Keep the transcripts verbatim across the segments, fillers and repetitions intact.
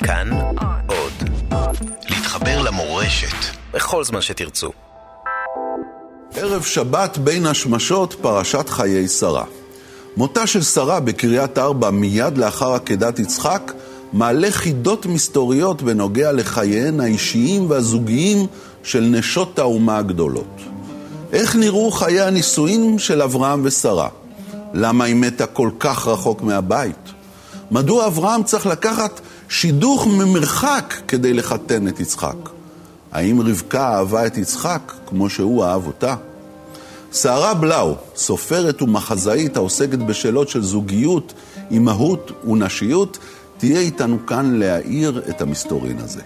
כאן עוד. להתחבר למורשת בכל זמן שתרצו. ערב שבת בין השמשות, פרשת חיי שרה. מותה של שרה בקריית ארבע מיד לאחר עקדת יצחק מעלה חידות מסתוריות בנוגע לחייהן האישיים והזוגיים של נשות האומה הגדולות. איך נראו חיי הנישואין של אברהם ושרה? למה היא מתה כל כך רחוק מהבית? מדוע אברהם צריך לקחת שידוך ממרחק כדי לחתן את יצחק? האם רבקה אהבה את יצחק כמו שהוא אהב אותה? שרה בלאו, סופרת ומחזאית העוסקת בשאלות של זוגיות, אימהות ונשיות, תהיה איתנו כאן להאיר את המסתורין הזה.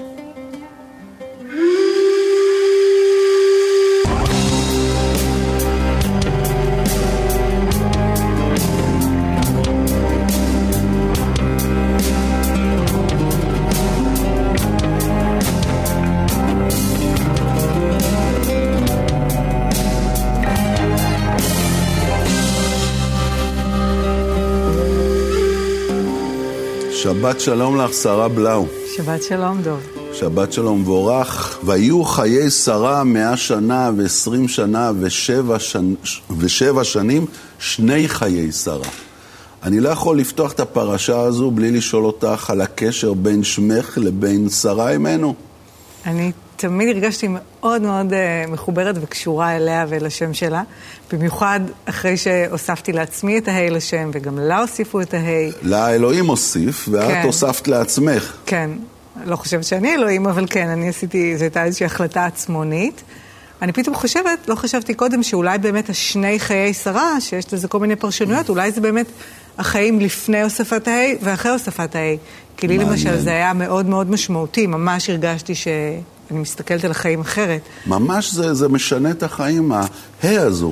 שבת שלום לך, שרה בלאו. שבת שלום, דוב. שבת שלום ואורך. והיו חיי שרה מאה שנה ועשרים שנה ושבע, שנ... ושבע שנים, שני חיי שרה. אני לא יכול לפתוח את הפרשה הזו בלי לשאול אותך על הקשר בין שמך לבין שרה אמנו. אני תמיד הרגשתי מאוד מאוד מחוברת וקשורה אליה ולשם שלה, במיוחד אחרי שהוספתי לעצמי את ההי לשם, וגם לה הוסיפו את ההי. לה אלוהים הוסיף, ואת כן. הוספת לעצמך. כן, לא חושבת שאני אלוהים, אבל כן, אני עשיתי, זו הייתה איזושהי החלטה עצמונית. אני פתאום חושבת, לא חשבתי קודם, שאולי באמת השני חיי שרה, שיש לזה כל מיני פרשנויות, אולי זה באמת החיים לפני הוספת ההי ואחרי הוספת ההי. כי לי למשל זה היה מאוד מאוד משמעותי, ממש הרגשתי ש... אני מסתכלת על החיים אחרת. ממש זה, זה משנה את החיים, ההי הזו.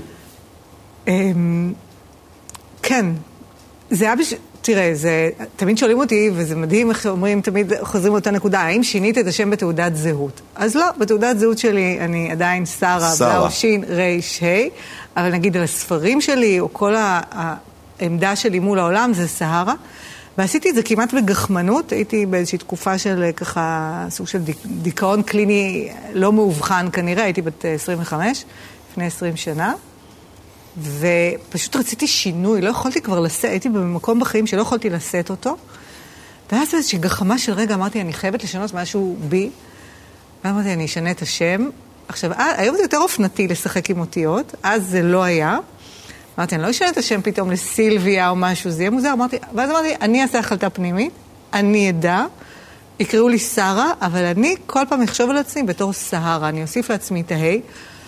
כן. זה היה בש... תראה, זה... תמיד שואלים אותי, וזה מדהים איך אומרים, תמיד חוזרים לאותה נקודה, האם שינית את השם בתעודת זהות? אז לא, בתעודת זהות שלי אני עדיין שרה, בלאו, שין, ריש, הי, אבל נגיד על הספרים שלי, או כל העמדה שלי מול העולם, זה סהרה. ועשיתי את זה כמעט בגחמנות, הייתי באיזושהי תקופה של ככה, סוג של דיכאון קליני לא מאובחן כנראה, הייתי בת עשרים וחמש, לפני עשרים שנה, ופשוט רציתי שינוי, לא יכולתי כבר לשאת, הייתי במקום בחיים שלא יכולתי לשאת אותו, ואז באיזושהי גחמה של רגע אמרתי, אני חייבת לשנות משהו בי, ואמרתי, אני אשנה את השם. עכשיו, היום זה יותר אופנתי לשחק עם אותיות, אז זה לא היה, אמרתי, אני לא אשנה את השם פתאום לסילביה או משהו, זה יהיה מוזר. אמרתי, ואז אמרתי, אני אעשה החלטה פנימית, אני אדע, יקראו לי שרה, אבל אני כל פעם אחשוב על עצמי בתור סהרה, אני אוסיף לעצמי את ההי.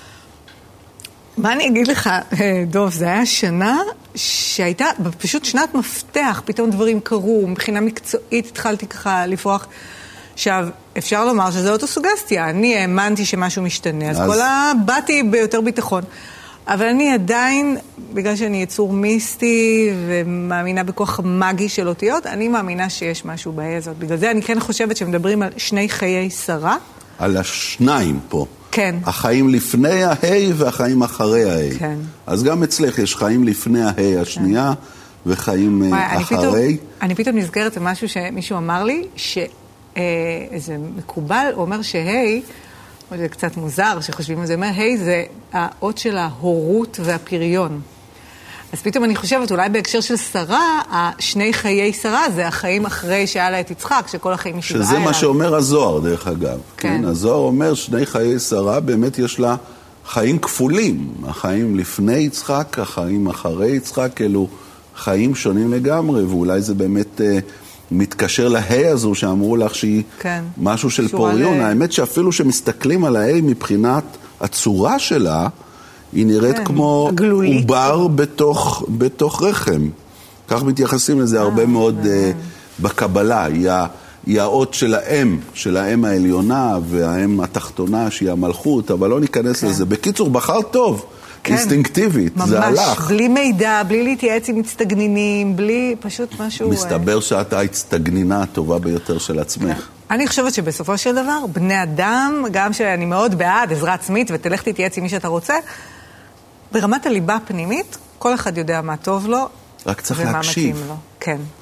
מה אני אגיד לך, דוב, זה היה שנה שהייתה פשוט שנת מפתח, פתאום דברים קרו, מבחינה מקצועית התחלתי ככה לפרוח. עכשיו, אפשר לומר שזה אוטוסוגסטיה, אני האמנתי שמשהו משתנה, אז, אז... כל הבאתי ביותר ביטחון. אבל אני עדיין, בגלל שאני יצור מיסטי ומאמינה בכוח המאגי של אותיות, אני מאמינה שיש משהו בהי הזאת. בגלל זה אני כן חושבת שמדברים על שני חיי שרה. על השניים פה. כן. החיים לפני ההי והחיים אחרי ההי. כן. אז גם אצלך יש חיים לפני ההי השנייה כן. וחיים וואי, אחרי. אני פתאום, אני פתאום נזכרת למשהו שמישהו אמר לי, שאיזה מקובל, הוא אומר שהי, זה קצת מוזר שחושבים על זה, אומר, היי, זה האות של ההורות והפריון. אז פתאום אני חושבת, אולי בהקשר של שרה, השני חיי שרה זה החיים אחרי שהיה לה את יצחק, שכל החיים משבעה אליו. שזה מה שאומר הזוהר, דרך אגב. כן. כן, הזוהר אומר, שני חיי שרה, באמת יש לה חיים כפולים. החיים לפני יצחק, החיים אחרי יצחק, אלו חיים שונים לגמרי, ואולי זה באמת... מתקשר להי הזו שאמרו לך שהיא כן. משהו של פוריון. ל... האמת שאפילו שמסתכלים על ההי מבחינת הצורה שלה, היא נראית כן. כמו גלולית. עובר בתוך, בתוך רחם. כך מתייחסים לזה הרבה מאוד uh, בקבלה. היא, היא האות של האם, של האם העליונה והאם התחתונה שהיא המלכות, אבל לא ניכנס כן. לזה. בקיצור, בחר טוב. כן. אינסטינקטיבית, זה הלך. ממש, בלי מידע, בלי להתייעץ עם מצטגנינים, בלי פשוט משהו... מסתבר שאת ההצטגנינה הטובה ביותר של עצמך. כן. אני חושבת שבסופו של דבר, בני אדם, גם שאני מאוד בעד עזרה עצמית, ותלך תתייעץ עם מי שאתה רוצה, ברמת הליבה הפנימית, כל אחד יודע מה טוב לו, רק צריך להקשיב. לו. כן.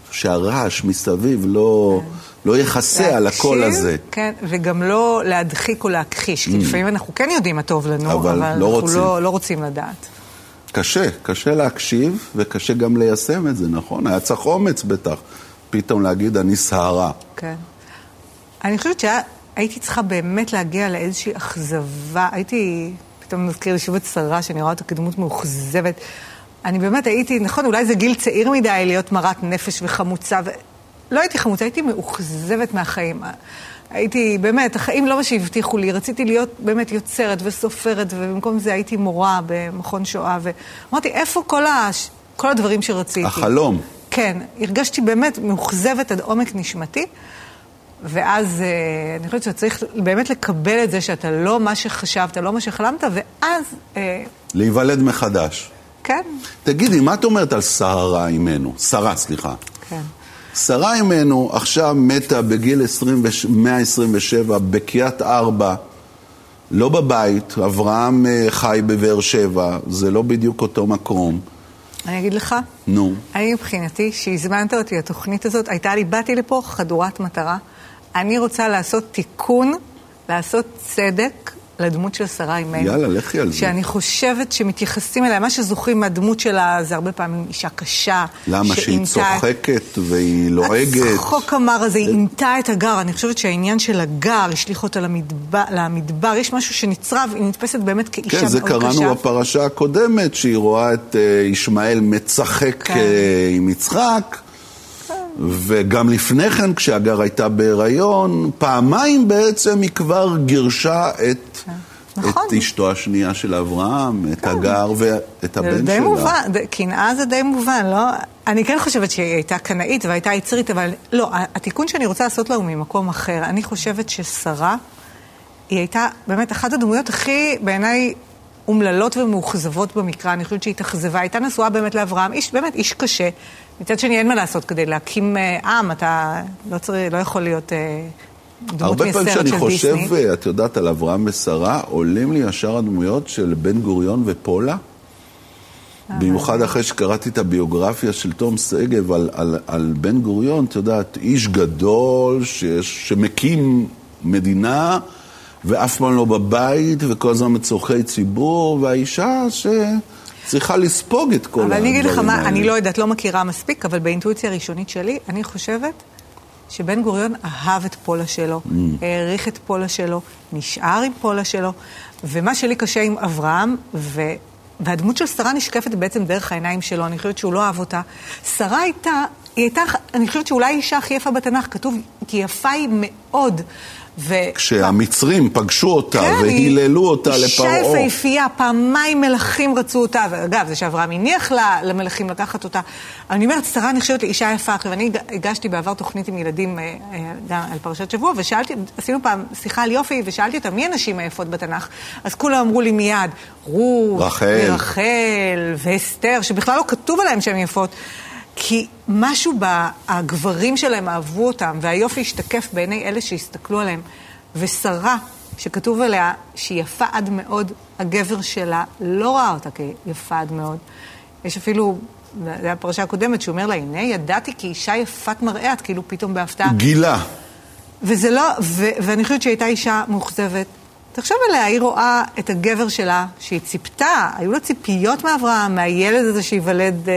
שהרעש מסביב לא, לא יחסה על הקול הזה. כן, וגם לא להדחיק או להכחיש, כי לפעמים אנחנו כן יודעים מה טוב לנו, אבל, אבל לא אנחנו רוצים. לא, לא רוצים לדעת. קשה, קשה להקשיב וקשה גם ליישם את זה, נכון? היה צריך אומץ בטח, פתאום להגיד אני סערה. כן. אני חושבת שהייתי צריכה באמת להגיע לאיזושהי אכזבה, הייתי, פתאום נזכיר לשוב את שרה, שאני רואה אותה כדמות מאוכזבת. אני באמת הייתי, נכון, אולי זה גיל צעיר מדי להיות מרת נפש וחמוצה, ו... לא הייתי חמוצה, הייתי מאוכזבת מהחיים. הייתי, באמת, החיים לא מה שהבטיחו לי, רציתי להיות באמת יוצרת וסופרת, ובמקום זה הייתי מורה במכון שואה, ואמרתי, איפה כל, הש... כל הדברים שרציתי? החלום. כן, הרגשתי באמת מאוכזבת עד עומק נשמתי, ואז אני חושבת שצריך באמת לקבל את זה שאתה לא מה שחשבת, לא מה שחלמת, ואז... להיוולד מחדש. כן. תגידי, מה את אומרת על שרה אימנו? שרה, סליחה. כן. שרה אימנו עכשיו מתה בגיל מאה עשרים ושבע בקריית ארבע, לא בבית, אברהם חי בבאר שבע, זה לא בדיוק אותו מקום. אני אגיד לך, נו. אני מבחינתי, שהזמנת אותי התוכנית הזאת, הייתה לי, באתי לפה חדורת מטרה. אני רוצה לעשות תיקון, לעשות צדק לדמות של שרה אימנו. יאללה, לכי על זה. שאני חושבת שמתייחסים אליה, מה שזוכרים מהדמות שלה, זה הרבה פעמים אישה קשה. למה שהיא צוחקת והיא לועגת? הצחוק אמר הזה, היא אימתה את הגר. אני חושבת שהעניין של הגר, השליך אותה למדבר, למדבר. יש משהו שנצרב, היא נתפסת באמת כאישה מאוד קשה. כן, זה קראנו בפרשה הקודמת, שהיא רואה את ישמעאל מצחק עם יצחק. וגם לפני כן, כשהגר הייתה בהיריון, פעמיים בעצם היא כבר גירשה את, נכון. את אשתו השנייה של אברהם, את הגר ואת הבן די שלה. מובן, קנאה זה די מובן, לא? אני כן חושבת שהיא הייתה קנאית והייתה יצרית, אבל לא, התיקון שאני רוצה לעשות לה הוא ממקום אחר. אני חושבת ששרה, היא הייתה באמת אחת הדמויות הכי, בעיניי, אומללות ומאוכזבות במקרא. אני חושבת שהיא התאכזבה, הייתה נשואה באמת לאברהם, איש, באמת איש קשה. מצד שני, אין מה לעשות כדי להקים עם, אתה לא, צריך, לא יכול להיות דמות מסרט של דיסני. הרבה פעמים שאני חושב, את יודעת, על אברהם ושרה, עולים לי ישר הדמויות של בן גוריון ופולה. במיוחד אחרי שקראתי את הביוגרפיה של תום שגב על, על, על בן גוריון, את יודעת, איש גדול שיש, שמקים מדינה, ואף פעם לא בבית, וכל הזמן מצורכי ציבור, והאישה ש... צריכה לספוג את כל הדברים האלה. אבל אני אגיד לך מה, אני לא יודעת, לא מכירה מספיק, אבל באינטואיציה הראשונית שלי, אני חושבת שבן גוריון אהב את פולה שלו, העריך את פולה שלו, נשאר עם פולה שלו, ומה שלי קשה עם אברהם, ו... והדמות של שרה נשקפת בעצם דרך העיניים שלו, אני חושבת שהוא לא אהב אותה. שרה הייתה, היא הייתה, אני חושבת שאולי האישה הכי יפה בתנ"ך, כתוב, כי יפה היא מאוד, ו... כשהמצרים פגשו אותה כן, והיללו אותה לפרעה. אישה יפהפייה, פעמיים מלכים רצו אותה, ואגב, זה שאברהם הניח לה, למלכים לקחת אותה. אני אומרת, שרה נחשבת לאישה יפה, ואני הגשתי בעבר תוכנית עם ילדים גם על פרשת שבוע, ושאלתי, עשינו פעם שיחה על יופי, ושאלתי אותה, מי הנשים היפות בתנ"ך? אז כולם אמרו לי מיד, רות, רחל, ורחל ואסתר, שבכלל לא כתוב עליהם שהן יפות. כי משהו בגברים שלהם אהבו אותם, והיופי השתקף בעיני אלה שהסתכלו עליהם. ושרה, שכתוב עליה שהיא יפה עד מאוד, הגבר שלה לא ראה אותה כיפה עד מאוד. יש אפילו, זה הפרשה הקודמת, שהוא אומר לה, הנה, ידעתי כי אישה יפת מראה, את כאילו פתאום בהפתעה. גילה. וזה לא, ו- ואני חושבת שהייתה אישה מאוכזבת. תחשוב עליה, היא רואה את הגבר שלה, שהיא ציפתה, היו לה ציפיות מאברהם, מהילד הזה שיוולד אה,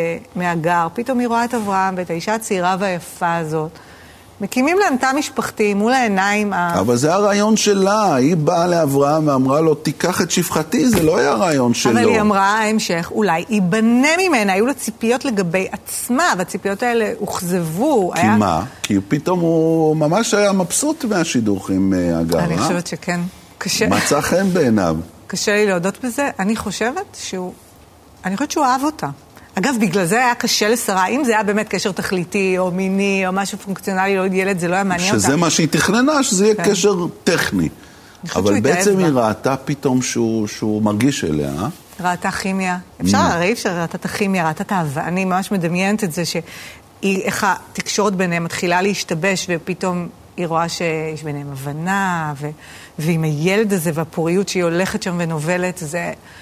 מהגר, פתאום היא רואה את אברהם ואת האישה הצעירה והיפה הזאת. מקימים להם תא משפחתי מול העיניים. אבל זה הרעיון שלה, היא באה לאברהם ואמרה לו, תיקח את שפחתי, זה לא היה הרעיון שלו. אבל היא אמרה, ההמשך, אולי ייבנה ממנה, היו לה ציפיות לגבי עצמה, והציפיות האלה הוחזבו. כי היה... מה? כי פתאום הוא ממש היה מבסוט מהשידוך עם הגר, אני אה? חושבת שכן. קשה... מצא חן בעיניו. קשה לי להודות בזה. אני חושבת שהוא... אני חושבת שהוא אהב אותה. אגב, בגלל זה היה קשה לשרה. אם זה היה באמת קשר תכליתי או מיני או משהו פונקציונלי, לא ילד, זה לא היה מעניין אותה. שזה מה שהיא תכננה, שזה יהיה כן. קשר טכני. אבל בעצם היא ראתה פתאום שהוא, שהוא מרגיש אליה. ראתה כימיה. אפשר, הרי אפשר ראתה את הכימיה, ראתה את האהבה. אני ממש מדמיינת את זה שהיא, איך התקשורת ביניהם מתחילה להשתבש, ופתאום היא רואה שיש ביניהם הבנה, ו... ועם הילד הזה והפוריות שהיא הולכת שם ונובלת, זה...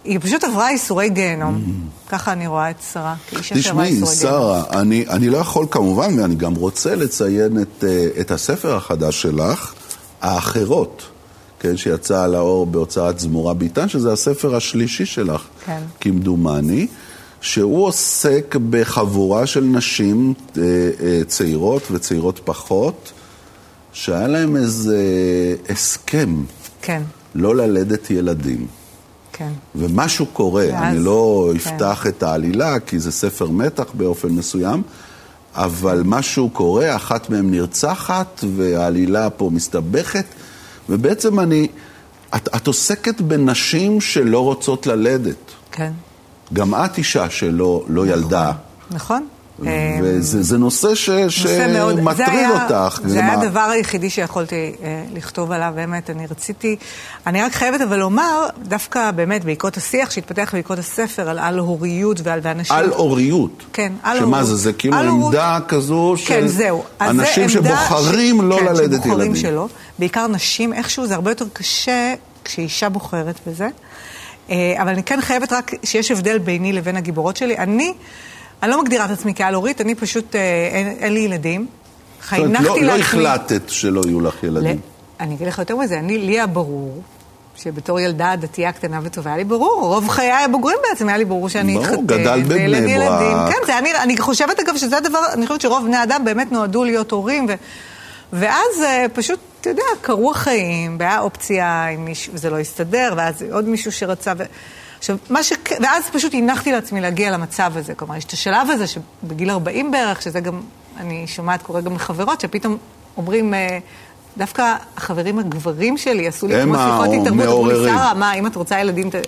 היא פשוט עברה איסורי גיהנום. ככה אני רואה את שרה. תשמעי, שרה, אני, אני לא יכול כמובן, ואני גם רוצה לציין את, את הספר החדש שלך, האחרות, כן, שיצא על האור בהוצאת זמורה ביטן, שזה הספר השלישי שלך, כן. כמדומני, שהוא עוסק בחבורה של נשים צעירות וצעירות פחות, שהיה להם איזה הסכם. כן. לא ללדת ילדים. כן. ומשהו קורה, ואז, אני לא כן. אפתח את העלילה, כי זה ספר מתח באופן מסוים, אבל משהו קורה, אחת מהם נרצחת, והעלילה פה מסתבכת, ובעצם אני, את, את עוסקת בנשים שלא רוצות ללדת. כן. גם את אישה שלא לא נכון, ילדה. נכון. וזה זה נושא ש, שמטריד אותך. זה היה הדבר היחידי שיכולתי אה, לכתוב עליו, באמת, אני רציתי, אני רק חייבת אבל לומר, דווקא באמת בעקבות השיח שהתפתח בעקבות הספר על על הוריות ועל ואנשים. על הוריות? כן, על שמה הוריות. זה, זה כאילו עמדה כזו של כן, זהו. אנשים שבוחרים ש... לא כן, ללדת ילדים. שבוחרים שלא, בעיקר נשים, איכשהו זה הרבה יותר קשה כשאישה בוחרת בזה, אה, אבל אני כן חייבת רק שיש הבדל ביני לבין הגיבורות שלי. אני... אני לא מגדירה את עצמי כעל הורית, אני פשוט, אין, אין לי ילדים. חינכתי לעצמי... לא החלטת שלא יהיו לך ילדים. אני אגיד לך יותר מזה, אני, לי היה ברור, שבתור ילדה דתייה קטנה וטובה, היה לי ברור, רוב חיי הבוגרים בעצם, היה לי ברור שאני אתחתן. ברור, גדל בבני ברק. כן, זה, אני, אני חושבת אגב שזה הדבר, אני חושבת שרוב בני אדם באמת נועדו להיות הורים, ו, ואז פשוט, אתה יודע, קרו החיים, והיה אופציה עם מישהו, וזה לא הסתדר, ואז עוד מישהו שרצה... ו... עכשיו, מה ש... ואז פשוט הנחתי לעצמי להגיע למצב הזה. כלומר, יש את השלב הזה שבגיל ארבעים בערך, שזה גם, אני שומעת, קורה גם לחברות, שפתאום אומרים, דווקא החברים הגברים שלי עשו לי כמו שיחות התערבות, אמרו לי, שרה, מה, אם את רוצה ילדים... ת...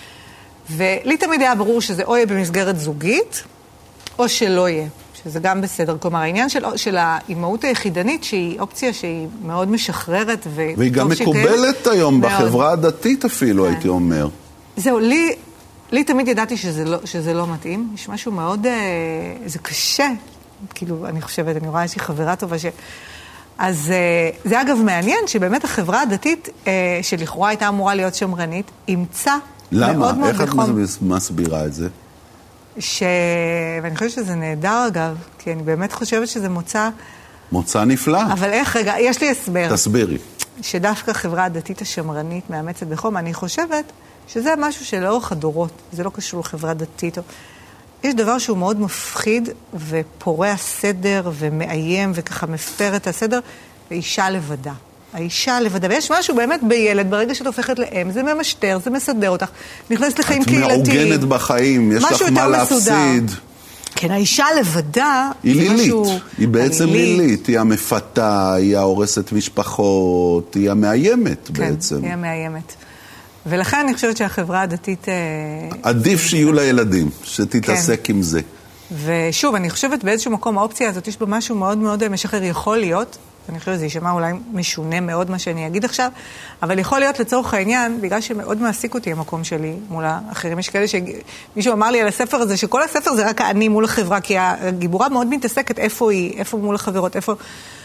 ולי תמיד היה ברור שזה או יהיה במסגרת זוגית, או שלא יהיה, שזה גם בסדר. כלומר, העניין של, של האימהות היחידנית, שהיא אופציה שהיא מאוד משחררת, ו... והיא גם מקובלת שכן... היום מאוד. בחברה הדתית אפילו, הייתי אומר. זהו, לי, לי תמיד ידעתי שזה לא, שזה לא מתאים. יש משהו מאוד, אה, זה קשה. כאילו, אני חושבת, אני רואה, יש לי חברה טובה ש... אז אה, זה אגב מעניין, שבאמת החברה הדתית, אה, שלכאורה הייתה אמורה להיות שמרנית, אימצה למה? מאוד מאוד איך בחום. איך את מסבירה את זה? ש... ואני חושבת שזה נהדר אגב, כי אני באמת חושבת שזה מוצא... מוצא נפלא. אבל איך, רגע, יש לי הסבר. תסבירי. שדווקא החברה הדתית השמרנית מאמצת בחום, אני חושבת... שזה משהו שלאורך הדורות, זה לא קשור לחברה דתית. יש דבר שהוא מאוד מפחיד ופורע סדר ומאיים וככה מפר את הסדר, ואישה לבדה. האישה לבדה, ויש משהו באמת בילד, ברגע שאת הופכת לאם, זה ממשטר, זה מסדר אותך, נכנס לחיים קהילתיים. את מעוגנת בחיים, יש לך מה להפסיד. כן, האישה לבדה... היא לילית, היא בעצם לילית, היא המפתה, היא ההורסת משפחות, היא המאיימת בעצם. כן, היא המאיימת. ולכן אני חושבת שהחברה הדתית... עדיף שיהיו לה ילדים, שתתעסק עם זה. ושוב, אני חושבת באיזשהו מקום, האופציה הזאת יש בה משהו מאוד מאוד משחרר, יכול להיות, אני חושבת שזה יישמע אולי משונה מאוד מה שאני אגיד עכשיו, אבל יכול להיות לצורך העניין, בגלל שמאוד מעסיק אותי המקום שלי מול האחרים, יש כאלה שמישהו אמר לי על הספר הזה, שכל הספר זה רק אני מול החברה, כי הגיבורה מאוד מתעסקת איפה היא, איפה מול החברות, איפה...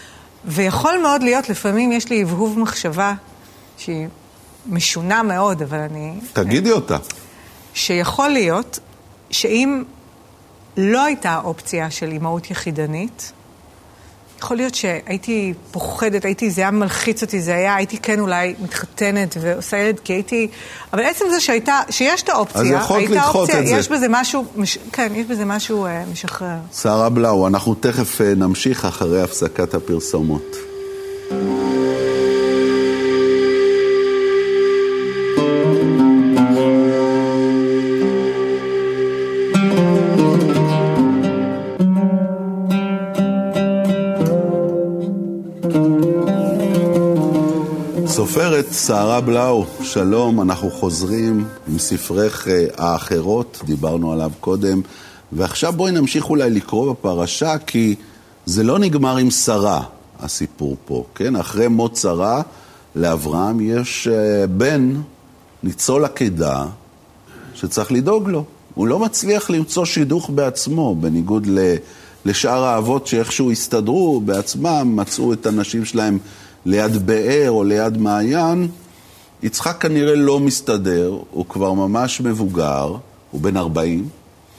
ויכול מאוד להיות, לפעמים יש לי הבהוב מחשבה שהיא משונה מאוד, אבל אני... תגידי אותה. שיכול להיות שאם לא הייתה אופציה של אימהות יחידנית, יכול להיות שהייתי פוחדת, הייתי, זה היה מלחיץ אותי, זה היה, הייתי כן אולי מתחתנת ועושה ילד, כי הייתי... אבל עצם זה שהייתה, שיש את האופציה, אז יכולת לדחות האופציה, את זה. יש בזה משהו, מש, כן, יש בזה משהו אה, משחרר. שרה בלאו, אנחנו תכף אה, נמשיך אחרי הפסקת הפרסומות. סופרת שרה בלאו, שלום, אנחנו חוזרים עם ספרך האחרות, דיברנו עליו קודם, ועכשיו בואי נמשיך אולי לקרוא בפרשה, כי זה לא נגמר עם שרה, הסיפור פה, כן? אחרי מות שרה, לאברהם יש בן, ניצול עקדה, שצריך לדאוג לו. הוא לא מצליח למצוא שידוך בעצמו, בניגוד לשאר האבות שאיכשהו הסתדרו בעצמם, מצאו את הנשים שלהם ליד באר או ליד מעיין, יצחק כנראה לא מסתדר, הוא כבר ממש מבוגר, הוא בן ארבעים,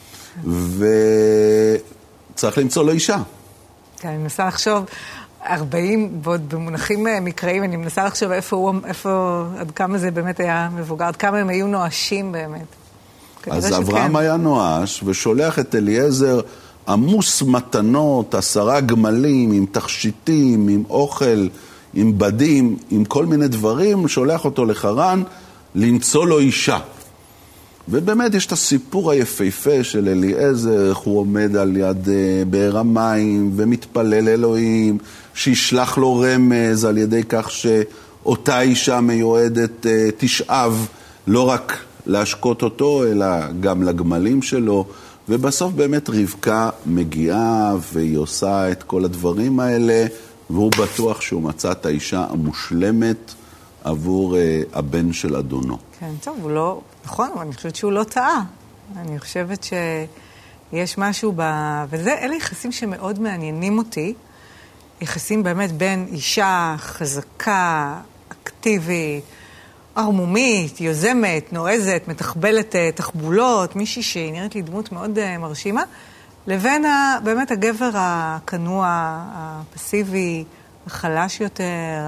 וצריך למצוא לו אישה. כן, אני מנסה לחשוב, ארבעים, ועוד במונחים מקראיים, אני מנסה לחשוב איפה הוא, איפה, עד כמה זה באמת היה מבוגר, עד כמה הם היו נואשים באמת. אז אברהם היה נואש, ושולח את אליעזר עמוס מתנות, עשרה גמלים, עם תכשיטים, עם אוכל, עם בדים, עם כל מיני דברים, שולח אותו לחרן, למצוא לו אישה. ובאמת יש את הסיפור היפהפה של אליעזר, איך הוא עומד על יד באר המים, ומתפלל אלוהים, שישלח לו רמז על ידי כך שאותה אישה מיועדת תשאב, לא רק להשקות אותו, אלא גם לגמלים שלו. ובסוף באמת רבקה מגיעה, והיא עושה את כל הדברים האלה, והוא בטוח שהוא מצא את האישה המושלמת עבור uh, הבן של אדונו. כן, טוב, הוא לא, נכון, אבל אני חושבת שהוא לא טעה. אני חושבת שיש משהו ב... וזה, אלה יחסים שמאוד מעניינים אותי, יחסים באמת בין אישה חזקה, אקטיבית, ערמומית, יוזמת, נועזת, מתחבלת תחבולות, מישהי שהיא נראית לי דמות מאוד מרשימה, לבין ה, באמת הגבר הכנוע, הפסיבי, החלש יותר.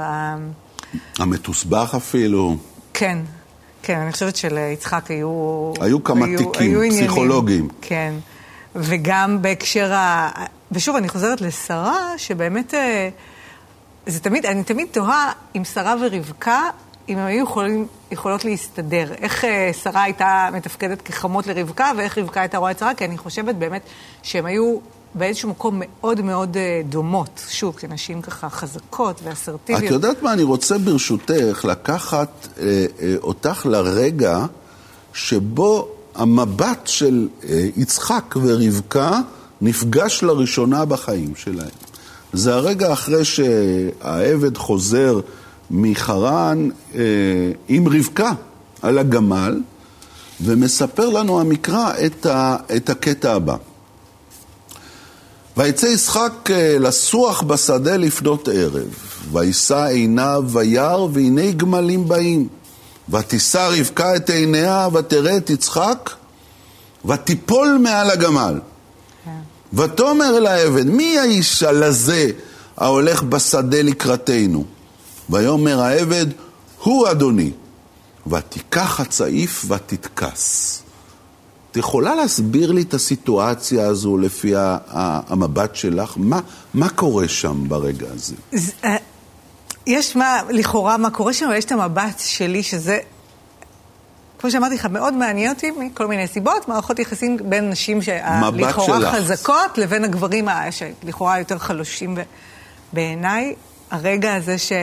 המתוסבך אפילו. כן, כן, אני חושבת שליצחק היו... היו כמה היו, תיקים היו פסיכולוגיים. כן, וגם בהקשר ה... ושוב, אני חוזרת לשרה, שבאמת, זה תמיד, אני תמיד תוהה עם שרה ורבקה, אם הם היו יכולים, יכולות להסתדר. איך שרה הייתה מתפקדת כחמות לרבקה, ואיך רבקה הייתה רואה את שרה, כי אני חושבת באמת שהם היו באיזשהו מקום מאוד מאוד דומות. שוב, כנשים ככה חזקות ואסרטיביות. את יודעת מה? אני רוצה ברשותך לקחת אה, אה, אותך לרגע שבו המבט של אה, יצחק ורבקה נפגש לראשונה בחיים שלהם. זה הרגע אחרי שהעבד חוזר מחרן אה, עם רבקה על הגמל, ומספר לנו המקרא את, ה, את הקטע הבא. ויצא יצחק לסוח בשדה לפנות ערב, וישא עיניו וירא, והנה גמלים באים. ותישא רבקה את עיניה, ותראה את יצחק, ותיפול מעל הגמל. ותאמר אל העבד, מי האיש הלזה ההולך בשדה לקראתנו? ויאמר העבד, הוא אדוני. ותיקח הצעיף ותתכס. את יכולה להסביר לי את הסיטואציה הזו לפי המבט שלך? מה, מה קורה שם ברגע הזה? יש מה, לכאורה מה קורה שם, אבל יש את המבט שלי שזה, כמו שאמרתי לך, מאוד מעניין אותי מכל מיני סיבות, מערכות יחסים בין נשים שלכאורה חזקות לבין הגברים שלכאורה יותר חלושים בעיניי. הרגע הזה ש...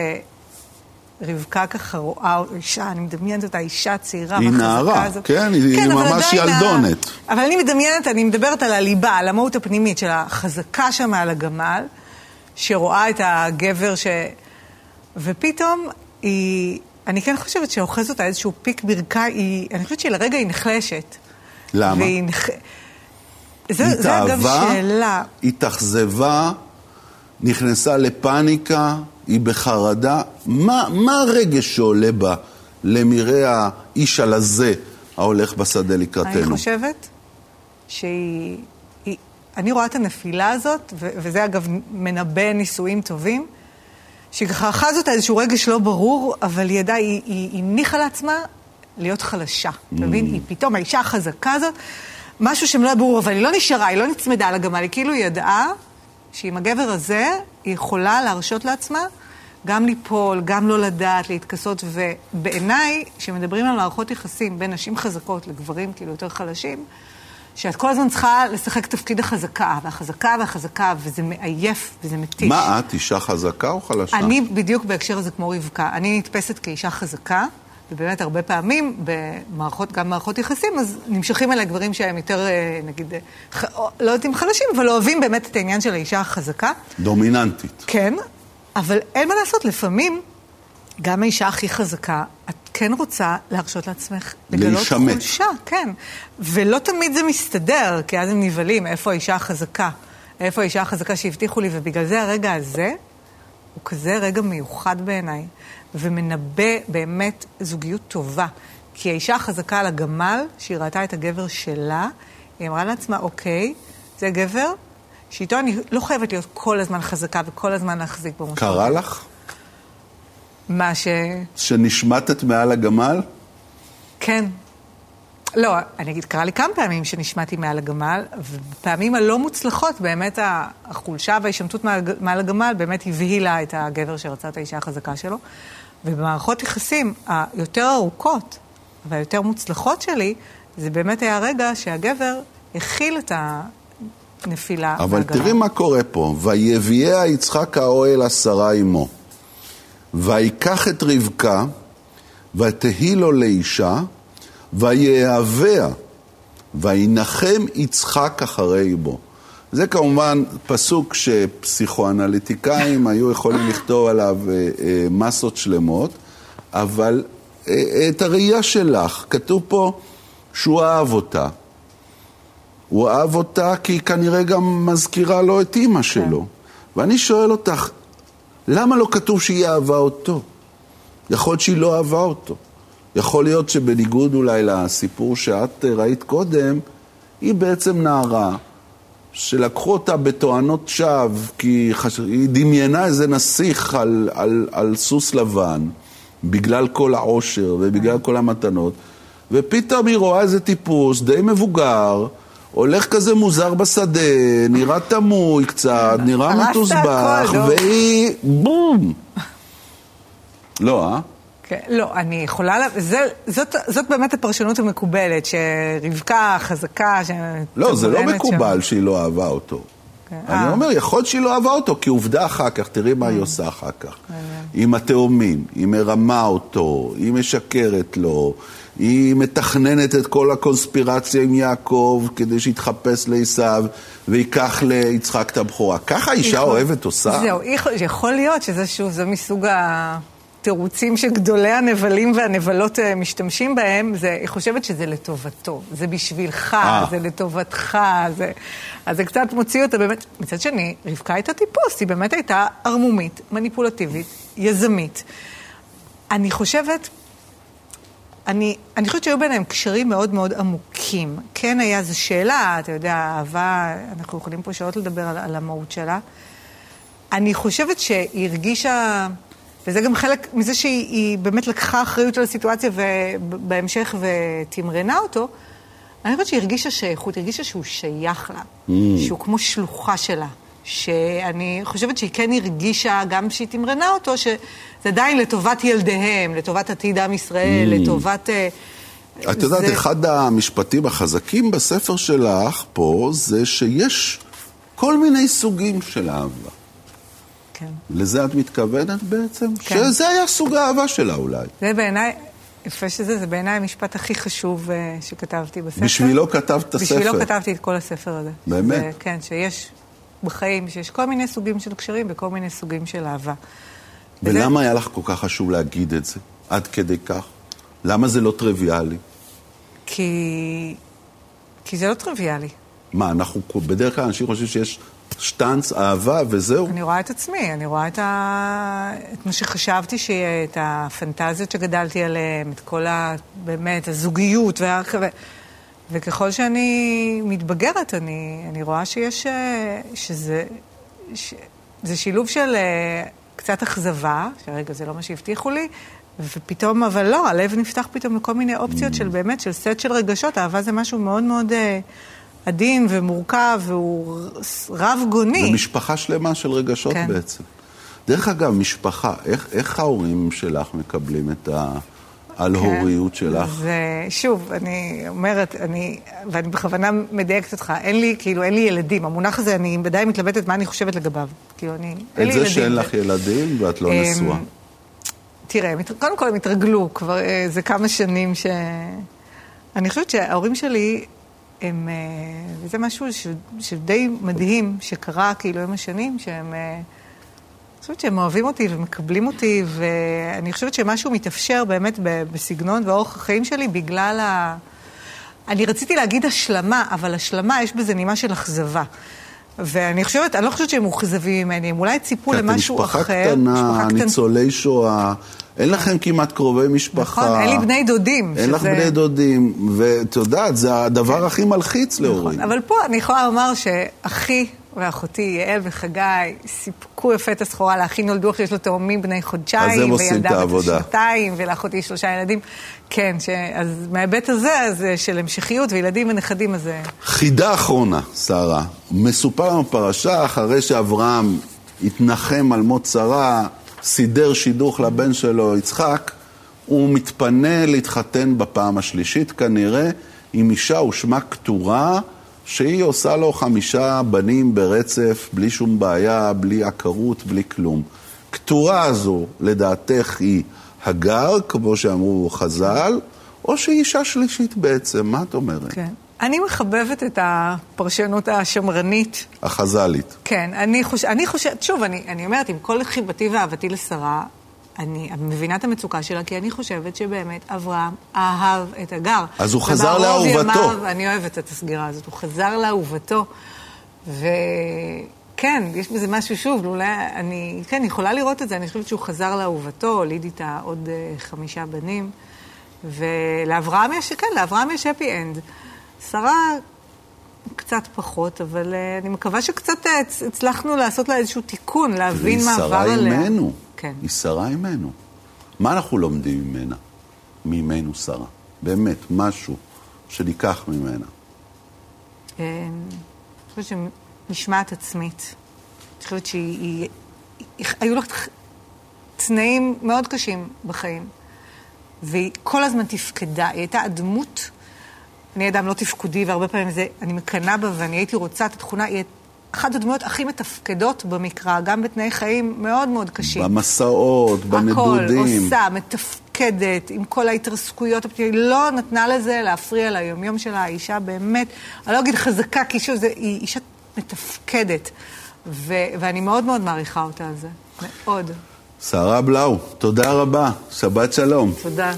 רבקה ככה רואה אישה, אני מדמיינת אותה אישה צעירה היא נערה, הזאת. כן, היא כן, ממש ילדונת. ה... אבל אני מדמיינת, אני מדברת על הליבה, על המהות הפנימית של החזקה שם על הגמל, שרואה את הגבר ש... ופתאום היא, אני כן חושבת שאוחז אותה איזשהו פיק ברכה, היא... אני חושבת שלרגע היא נחלשת. למה? והיא נח... זה, היא זה אגב שאלה. היא תחזבה, נכנסה לפניקה, היא בחרדה. מה, מה הרגש שעולה בה למראה האיש על הזה ההולך בשדה לקראתנו? אני חושבת שהיא... היא, אני רואה את הנפילה הזאת, ו, וזה אגב מנבא נישואים טובים, שהיא ככה אחז אותה איזשהו רגש לא ברור, אבל היא ידעה, היא, היא, היא ניחה לעצמה להיות חלשה. Mm. אתה מבין? היא פתאום, האישה החזקה הזאת, משהו שהם לא ברור, אבל היא לא נשארה, היא לא נצמדה על הגמל, היא כאילו ידעה שעם הגבר הזה היא יכולה להרשות לעצמה גם ליפול, גם לא לדעת, להתכסות, ובעיניי, שמדברים על מערכות יחסים בין נשים חזקות לגברים כאילו יותר חלשים, שאת כל הזמן צריכה לשחק תפקיד החזקה, והחזקה והחזקה, וזה מעייף וזה מתיש. מה את, אישה חזקה או חלשה? אני בדיוק בהקשר הזה כמו רבקה. אני נתפסת כאישה חזקה, ובאמת הרבה פעמים, במערכות, גם מערכות יחסים, אז נמשכים אליי גברים שהם יותר, נגיד, לא יודעים חלשים, אבל אוהבים באמת את העניין של האישה החזקה. דומיננטית. כן, אבל אין מה לעשות, לפעמים, גם האישה הכי חזקה, את כן רוצה להרשות לעצמך לגלות חולשה, כן. ולא תמיד זה מסתדר, כי אז הם נבלים, איפה האישה החזקה? איפה האישה החזקה שהבטיחו לי, ובגלל זה הרגע הזה, הוא כזה רגע מיוחד בעיניי, ומנבא באמת זוגיות טובה. כי האישה החזקה על הגמל, שהיא ראתה את הגבר שלה, היא אמרה לעצמה, אוקיי, זה גבר, שאיתו אני לא חייבת להיות כל הזמן חזקה וכל הזמן להחזיק במושג. קרה לך? מה ש... שנשמטת מעל הגמל? כן. לא, אני אגיד, קרה לי כמה פעמים שנשמעתי מעל הגמל, ופעמים הלא מוצלחות, באמת החולשה וההשמטות מעל הגמל, באמת הבהילה את הגבר שרצה את האישה החזקה שלו. ובמערכות יחסים היותר ארוכות והיותר מוצלחות שלי, זה באמת היה רגע שהגבר הכיל את הנפילה. אבל תראי מה קורה פה. ויביאה יצחק האוהל עשרה עמו, ויקח את רבקה, ותהי לו לאישה, ויאהביה, וינחם יצחק אחרי בו. זה כמובן פסוק שפסיכואנליטיקאים היו יכולים לכתוב עליו מסות שלמות, אבל את הראייה שלך, כתוב פה שהוא אהב אותה. הוא אהב אותה כי היא כנראה גם מזכירה לו את אמא שלו. ואני שואל אותך, למה לא כתוב שהיא אהבה אותו? יכול להיות שהיא לא אהבה אותו. יכול להיות שבניגוד אולי לסיפור שאת ראית קודם, היא בעצם נערה, שלקחו אותה בתואנות שווא, כי היא דמיינה איזה נסיך על, על, על סוס לבן, בגלל כל העושר ובגלל כל המתנות, ופתאום היא רואה איזה טיפוס די מבוגר, הולך כזה מוזר בשדה, נראה תמוי קצת, נראה מתוסבך, והיא בום. לא, אה? כן, לא, אני יכולה... זה, זאת, זאת באמת הפרשנות המקובלת, שרבקה חזקה... לא, זה לא מקובל שהיא לא אהבה אותו. אני אומר, יכול להיות שהיא לא אהבה אותו, כי עובדה אחר כך, תראי מה היא עושה אחר כך. עם התאומים, היא מרמה אותו, היא משקרת לו, היא מתכננת את כל הקונספירציה עם יעקב, כדי שיתחפש לעשיו, ויקח ליצחק את הבכורה. ככה האישה אוהבת עושה. זהו, יכול להיות שזה שוב, זה מסוג ה... תירוצים שגדולי הנבלים והנבלות משתמשים בהם, זה, היא חושבת שזה לטובתו, זה בשבילך, 아. זה לטובתך, זה, אז זה קצת מוציא אותה באמת. מצד שני, רבקה הייתה טיפוס, היא באמת הייתה ערמומית, מניפולטיבית, יזמית. אני חושבת, אני, אני חושבת שהיו ביניהם קשרים מאוד מאוד עמוקים. כן היה זו שאלה, אתה יודע, אהבה, אנחנו יכולים פה שעות לדבר על, על המהות שלה. אני חושבת שהיא הרגישה... וזה גם חלק מזה שהיא באמת לקחה אחריות על הסיטואציה ובהמשך ותמרנה אותו. אני חושבת שהיא הרגישה שייכות, הרגישה שהוא שייך לה, mm. שהוא כמו שלוחה שלה. שאני חושבת שהיא כן הרגישה, גם שהיא תמרנה אותו, שזה עדיין לטובת ילדיהם, לטובת עתיד עם ישראל, mm. לטובת... את יודעת, זה... אחד המשפטים החזקים בספר שלך פה, זה שיש כל מיני סוגים של אהבה. כן. לזה את מתכוונת בעצם? כן. שזה היה סוג האהבה שלה אולי. זה בעיניי, יפה שזה, זה בעיניי המשפט הכי חשוב uh, שכתבתי בספר. בשבילו כתבת את הספר. בשבילו כתבתי את כל הספר הזה. באמת? זה, כן, שיש בחיים, שיש כל מיני סוגים של קשרים וכל מיני סוגים של אהבה. ולמה וזה... היה לך כל כך חשוב להגיד את זה? עד כדי כך? למה זה לא טריוויאלי? כי... כי זה לא טריוויאלי. מה, אנחנו בדרך כלל אנשים חושבים שיש שטנץ, אהבה וזהו? אני רואה את עצמי, אני רואה את, ה... את מה שחשבתי שיהיה, את הפנטזיות שגדלתי עליהן, את כל ה... באמת, הזוגיות וה... וככל שאני מתבגרת, אני, אני רואה שיש... שזה... ש... זה שילוב של קצת אכזבה, שרגע זה לא מה שהבטיחו לי, ופתאום, אבל לא, הלב נפתח פתאום לכל מיני אופציות של באמת, של סט של רגשות. אהבה זה משהו מאוד מאוד עדין ומורכב, והוא רב גוני. זה משפחה שלמה של רגשות כן. בעצם. דרך אגב, משפחה, איך, איך ההורים שלך מקבלים את העל-הוריות כן. שלך? זה, שוב, אני אומרת, אני, ואני בכוונה מדייקת אותך, אין לי, כאילו, אין לי ילדים. המונח הזה, אני בדי מתלבטת מה אני חושבת לגביו. כאילו, אני, אין לי ילדים. את זה שאין לך ילדים ואת לא נשואה. תראה, קודם כל הם התרגלו, כבר זה כמה שנים ש... אני חושבת שההורים שלי, הם... וזה משהו שדי מדהים שקרה כאילו עם השנים, שהם... אני חושבת שהם אוהבים אותי ומקבלים אותי, ואני חושבת שמשהו מתאפשר באמת בסגנון ואורח החיים שלי בגלל ה... אני רציתי להגיד השלמה, אבל השלמה יש בזה נימה של אכזבה. ואני חושבת, אני לא חושבת שהם מוכזבים ממני, הם אולי ציפו למשהו אחר. כי אתם משפחה קטנה, ניצולי שואה, אין לכם כמעט קרובי משפחה. נכון, אין לי בני דודים. אין לך בני דודים, ואת יודעת, זה הדבר הכי מלחיץ להוריד. אבל פה אני יכולה לומר שאחי ואחותי, יעל וחגי, סיפקו יפה את הסחורה, לאחי נולדו שיש לו תאומים בני חודשיים, וילדה בת שנתיים, ולאחותי שלושה ילדים. כן, אז מההיבט הזה, אז של המשכיות וילדים ונכדים, אז זה... חידה אחרונה, שרה. מסופר לנו פרשה, אחרי שאברהם התנחם על מות שרה, סידר שידוך לבן שלו, יצחק, הוא מתפנה להתחתן בפעם השלישית, כנראה, עם אישה ושמה כתורה, שהיא עושה לו חמישה בנים ברצף, בלי שום בעיה, בלי עקרות, בלי כלום. כתורה הזו, לדעתך, היא הגר, כמו שאמרו חז"ל, או שהיא אישה שלישית בעצם, מה את אומרת? כן. אני מחבבת את הפרשנות השמרנית. החז"לית. כן, אני חוש... אני חושבת, שוב, אני, אני אומרת, עם כל חיבתי ואהבתי לשרה, אני מבינה את המצוקה שלה, כי אני חושבת שבאמת אברהם אהב את הגר. אז הוא חזר לאהובתו. ימיו, אני אוהבת את הסגירה הזאת, הוא חזר לאהובתו, וכן, יש בזה משהו שוב, אולי אני, כן, יכולה לראות את זה, אני חושבת שהוא חזר לאהובתו, הוליד איתה עוד uh, חמישה בנים, ולאברהם יש, כן, לאברהם יש happy end. שרה קצת פחות, אבל uh, אני מקווה שקצת uh, הצלחנו לעשות לה איזשהו תיקון, להבין מה עבר עליה. היא שרה אימנו. כן. היא שרה אימנו. מה אנחנו לומדים ממנה? ממנו שרה. באמת, משהו שניקח ממנה. אני חושבת שמשמעת עצמית. אני חושבת שהיו לה תנאים מאוד קשים בחיים, והיא כל הזמן תפקדה. היא הייתה הדמות, אני אדם לא תפקודי, והרבה פעמים זה, אני מקנה בה, ואני הייתי רוצה את התכונה, היא אחת הדמויות הכי מתפקדות במקרא, גם בתנאי חיים מאוד מאוד קשים. במסעות, בנדודים. הכל, עושה, מתפקדת, עם כל ההתרסקויות, היא לא נתנה לזה להפריע ליומיום שלה, האישה באמת, אני לא אגיד חזקה, כי שוב, זה, היא אישה מתפקדת, ו, ואני מאוד מאוד מעריכה אותה על זה, מאוד. שרה בלאו, תודה רבה, שבת שלום. תודה.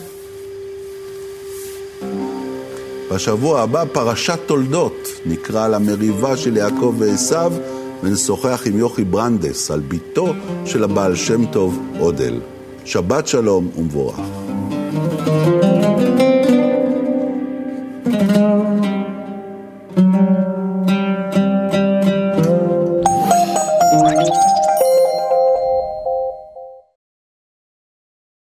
בשבוע הבא פרשת תולדות, נקרא על המריבה של יעקב ועשיו, ונשוחח עם יוכי ברנדס על ביתו של הבעל שם טוב אודל. שבת שלום ומבורך. Thank you.